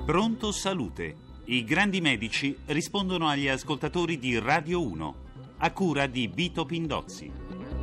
Pronto Salute. I grandi medici rispondono agli ascoltatori di Radio 1, a cura di Vito Pindozzi.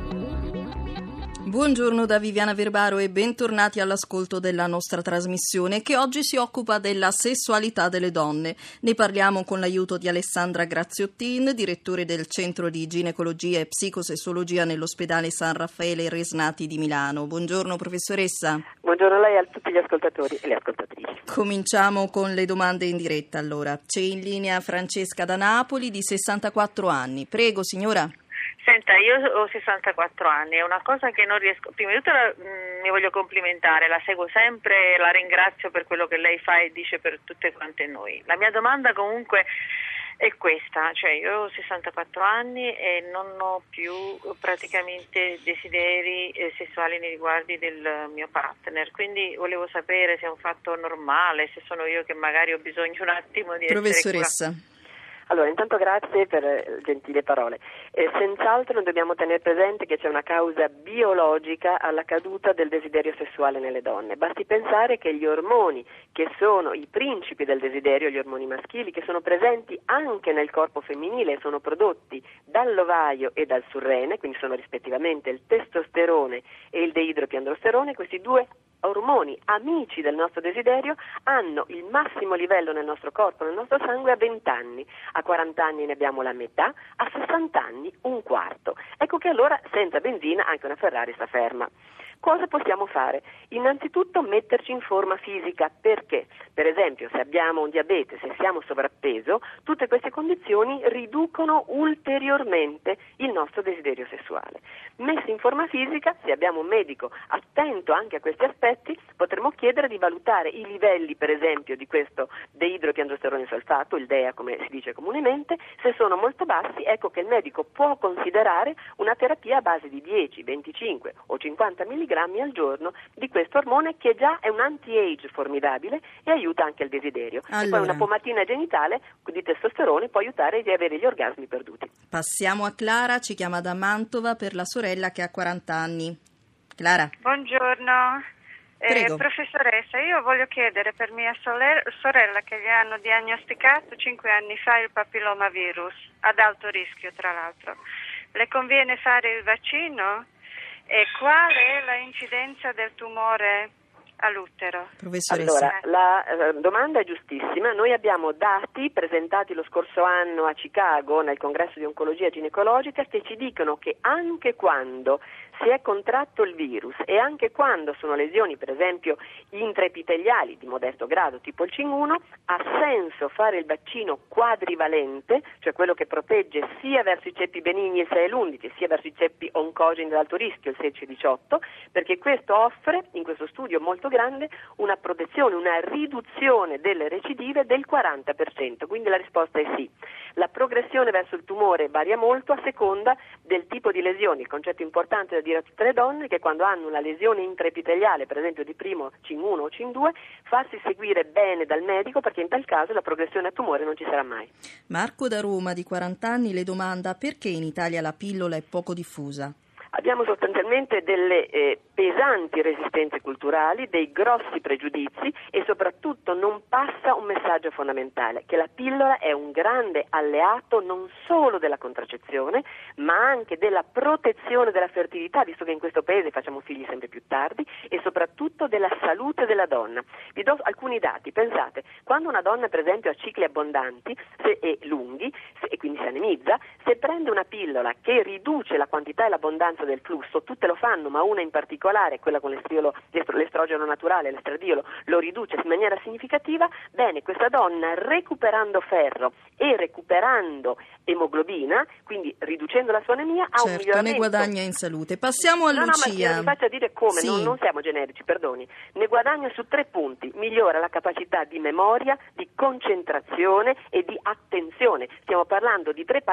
Buongiorno da Viviana Verbaro e bentornati all'ascolto della nostra trasmissione che oggi si occupa della sessualità delle donne. Ne parliamo con l'aiuto di Alessandra Graziottin, direttore del Centro di Ginecologia e Psicosessuologia nell'ospedale San Raffaele Resnati di Milano. Buongiorno professoressa. Buongiorno a lei e a tutti gli ascoltatori e le ascoltatrici. Cominciamo con le domande in diretta allora. C'è in linea Francesca da Napoli di 64 anni. Prego signora. Senta, io ho 64 anni, è una cosa che non riesco. Prima di tutto mi voglio complimentare, la seguo sempre, la ringrazio per quello che lei fa e dice per tutte quante noi. La mia domanda comunque è questa, cioè io ho 64 anni e non ho più praticamente desideri sessuali nei riguardi del mio partner, quindi volevo sapere se è un fatto normale, se sono io che magari ho bisogno un attimo di Professoressa. essere Allora, intanto grazie per le gentili parole. Senz'altro dobbiamo tenere presente che c'è una causa biologica alla caduta del desiderio sessuale nelle donne. Basti pensare che gli ormoni, che sono i principi del desiderio, gli ormoni maschili, che sono presenti anche nel corpo femminile, sono prodotti dall'ovaio e dal surrene, quindi sono rispettivamente il testosterone e il deidropiandrosterone, questi due ormoni amici del nostro desiderio hanno il massimo livello nel nostro corpo, nel nostro sangue a 20 anni, a 40 anni ne abbiamo la metà, a 60 anni un quarto. Ecco che allora senza benzina anche una Ferrari sta ferma. Cosa possiamo fare? Innanzitutto metterci in forma fisica, perché? Per esempio se abbiamo un diabete, se siamo sovrappeso, tutte queste condizioni riducono ulteriormente il nostro desiderio sessuale. Messi in forma fisica, se abbiamo un medico attento anche a questi aspetti, potremmo chiedere di valutare i livelli, per esempio, di questo deidropiandrosterone solfato, il DEA come si dice comunemente. Se sono molto bassi, ecco che il medico può considerare una terapia a base di 10, 25 o 50 mg al giorno di questo ormone che già è un anti-age formidabile e aiuta anche il desiderio. Allora, e poi una pomatina genitale di testosterone può aiutare ad avere gli orgasmi perduti. passiamo a Clara, ci chiama da Mantova per la sorella che ha 40 anni. Clara. Buongiorno. Prego. Professoressa, io voglio chiedere per mia sorella che gli hanno diagnosticato 5 anni fa il papillomavirus, ad alto rischio tra l'altro. Le conviene fare il vaccino? E qual è la incidenza del tumore all'utero? Professoressa. Allora, la domanda è giustissima. Noi abbiamo dati presentati lo scorso anno a Chicago nel congresso di oncologia ginecologica che ci dicono che anche quando si è contratto il virus e anche quando sono lesioni, per esempio intraepiteliali di modesto grado, tipo il CIN1, ha senso fare il vaccino quadrivalente, cioè quello che protegge sia verso i ceppi benigni il 6 e l'11, sia verso i ceppi oncogeni ad alto rischio il 16 e 18, perché questo offre, in questo studio molto grande, una protezione, una riduzione delle recidive del 40%, quindi la risposta è sì. La progressione verso il tumore varia molto a seconda del tipo di lesioni. Il concetto importante da dire a tutte le donne è che quando hanno una lesione intraepiteliale, per esempio di primo CIN1 o CIN2, farsi seguire bene dal medico, perché in tal caso la progressione a tumore non ci sarà mai. Marco da Roma di 40 anni le domanda perché in Italia la pillola è poco diffusa. Abbiamo sostanzialmente delle pesanti resistenze culturali, dei grossi pregiudizi e soprattutto non passa un messaggio fondamentale, che la pillola è un grande alleato non solo della contraccezione, ma anche della protezione della fertilità, visto che in questo paese facciamo figli sempre più tardi, e soprattutto della salute della donna. Vi do alcuni dati, pensate, quando una donna per esempio ha cicli abbondanti e lunghi e quindi si anemizza, se prende una pillola che riduce la quantità e l'abbondanza del flusso, tutte lo fanno, ma una in particolare, quella con l'estrogeno naturale, l'estradiolo, lo riduce in maniera significativa, bene, questa donna recuperando ferro e recuperando emoglobina, quindi riducendo la sua anemia, ha un miglioramento. Ne guadagna in salute. Passiamo a Lucia. Lucia. No, mi faccia dire come, Sì. non siamo generici, perdoni. Ne guadagna su 3 punti, migliora la capacità di memoria, di concentrazione e di attenzione. Stiamo parlando di 3 parametri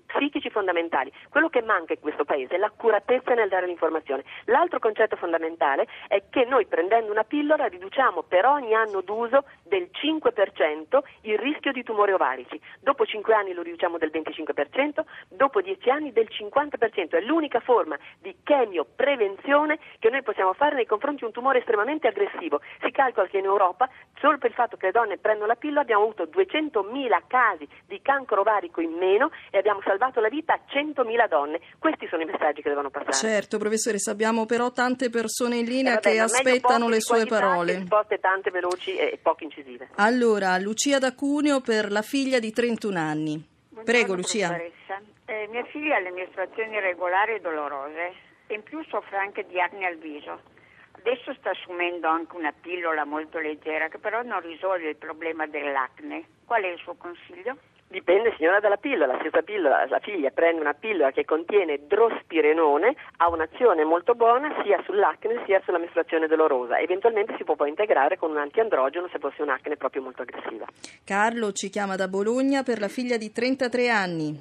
psichici fondamentali. Quello che manca in questo paese è l'accuratezza nel dare l'informazione. L'altro concetto fondamentale è che noi, prendendo una pillola, riduciamo per ogni anno d'uso del 5% il rischio di tumori ovarici. Dopo 5 anni lo riduciamo del 25%, dopo 10 anni del 50%. È l'unica forma di chemioprevenzione che noi possiamo fare nei confronti di un tumore estremamente aggressivo. Si calcola che in Europa, solo per il fatto che le donne prendono la pillola, abbiamo avuto 200.000 casi di cancro ovarico in meno e abbiamo salvato la vita a 100.000 donne. Questi sono i messaggi che devono passare. Certo, professoressa, abbiamo però tante persone in linea che aspettano le sue parole. Risposte tante veloci e poco incisive. Allora, Lucia da Cuneo per la figlia di 31 anni. Buongiorno, Prego, Lucia. Mia figlia ha le mestruazioni irregolari e dolorose e in più soffre anche di acne al viso. Adesso sta assumendo anche una pillola molto leggera che però non risolve il problema dell'acne. Qual è il suo consiglio? Dipende, signora, dalla pillola. Se questa pillola, la figlia prende una pillola che contiene drospirenone, ha un'azione molto buona sia sull'acne sia sulla mestruazione dolorosa. Eventualmente si può poi integrare con un antiandrogeno se fosse un'acne proprio molto aggressiva. Carlo ci chiama da Bologna per la figlia di 33 anni.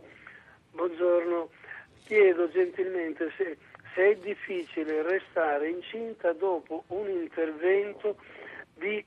Buongiorno, chiedo gentilmente se è difficile restare incinta dopo un intervento di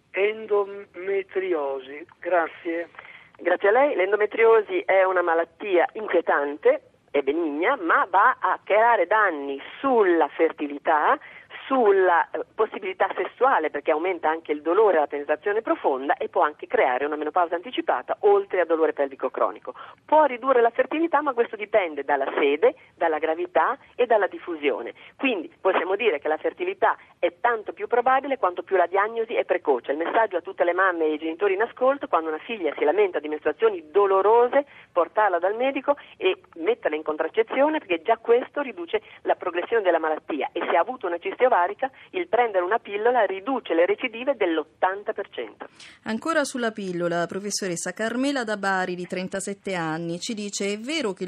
endometriosi. Grazie. Grazie a lei. L'endometriosi è una malattia inquietante e benigna, ma va a creare danni sulla fertilità, sulla possibilità sessuale, perché aumenta anche il dolore alla penetrazione profonda e può anche creare una menopausa anticipata, oltre a dolore pelvico cronico. Può ridurre la fertilità, ma questo dipende dalla sede, dalla gravità e dalla diffusione. Quindi possiamo dire che la fertilità è tanto più probabile quanto più la diagnosi è precoce. Il messaggio a tutte le mamme e ai genitori in ascolto: quando una figlia si lamenta di mestruazioni dolorose, portarla dal medico e metterla in contraccezione, perché già questo riduce la progressione della malattia, e se ha avuto una cisti ovarica, il prendere una pillola riduce le recidive dell'80%. Ancora sulla pillola, professoressa, Carmela da Bari di 37 anni ci dice: è vero che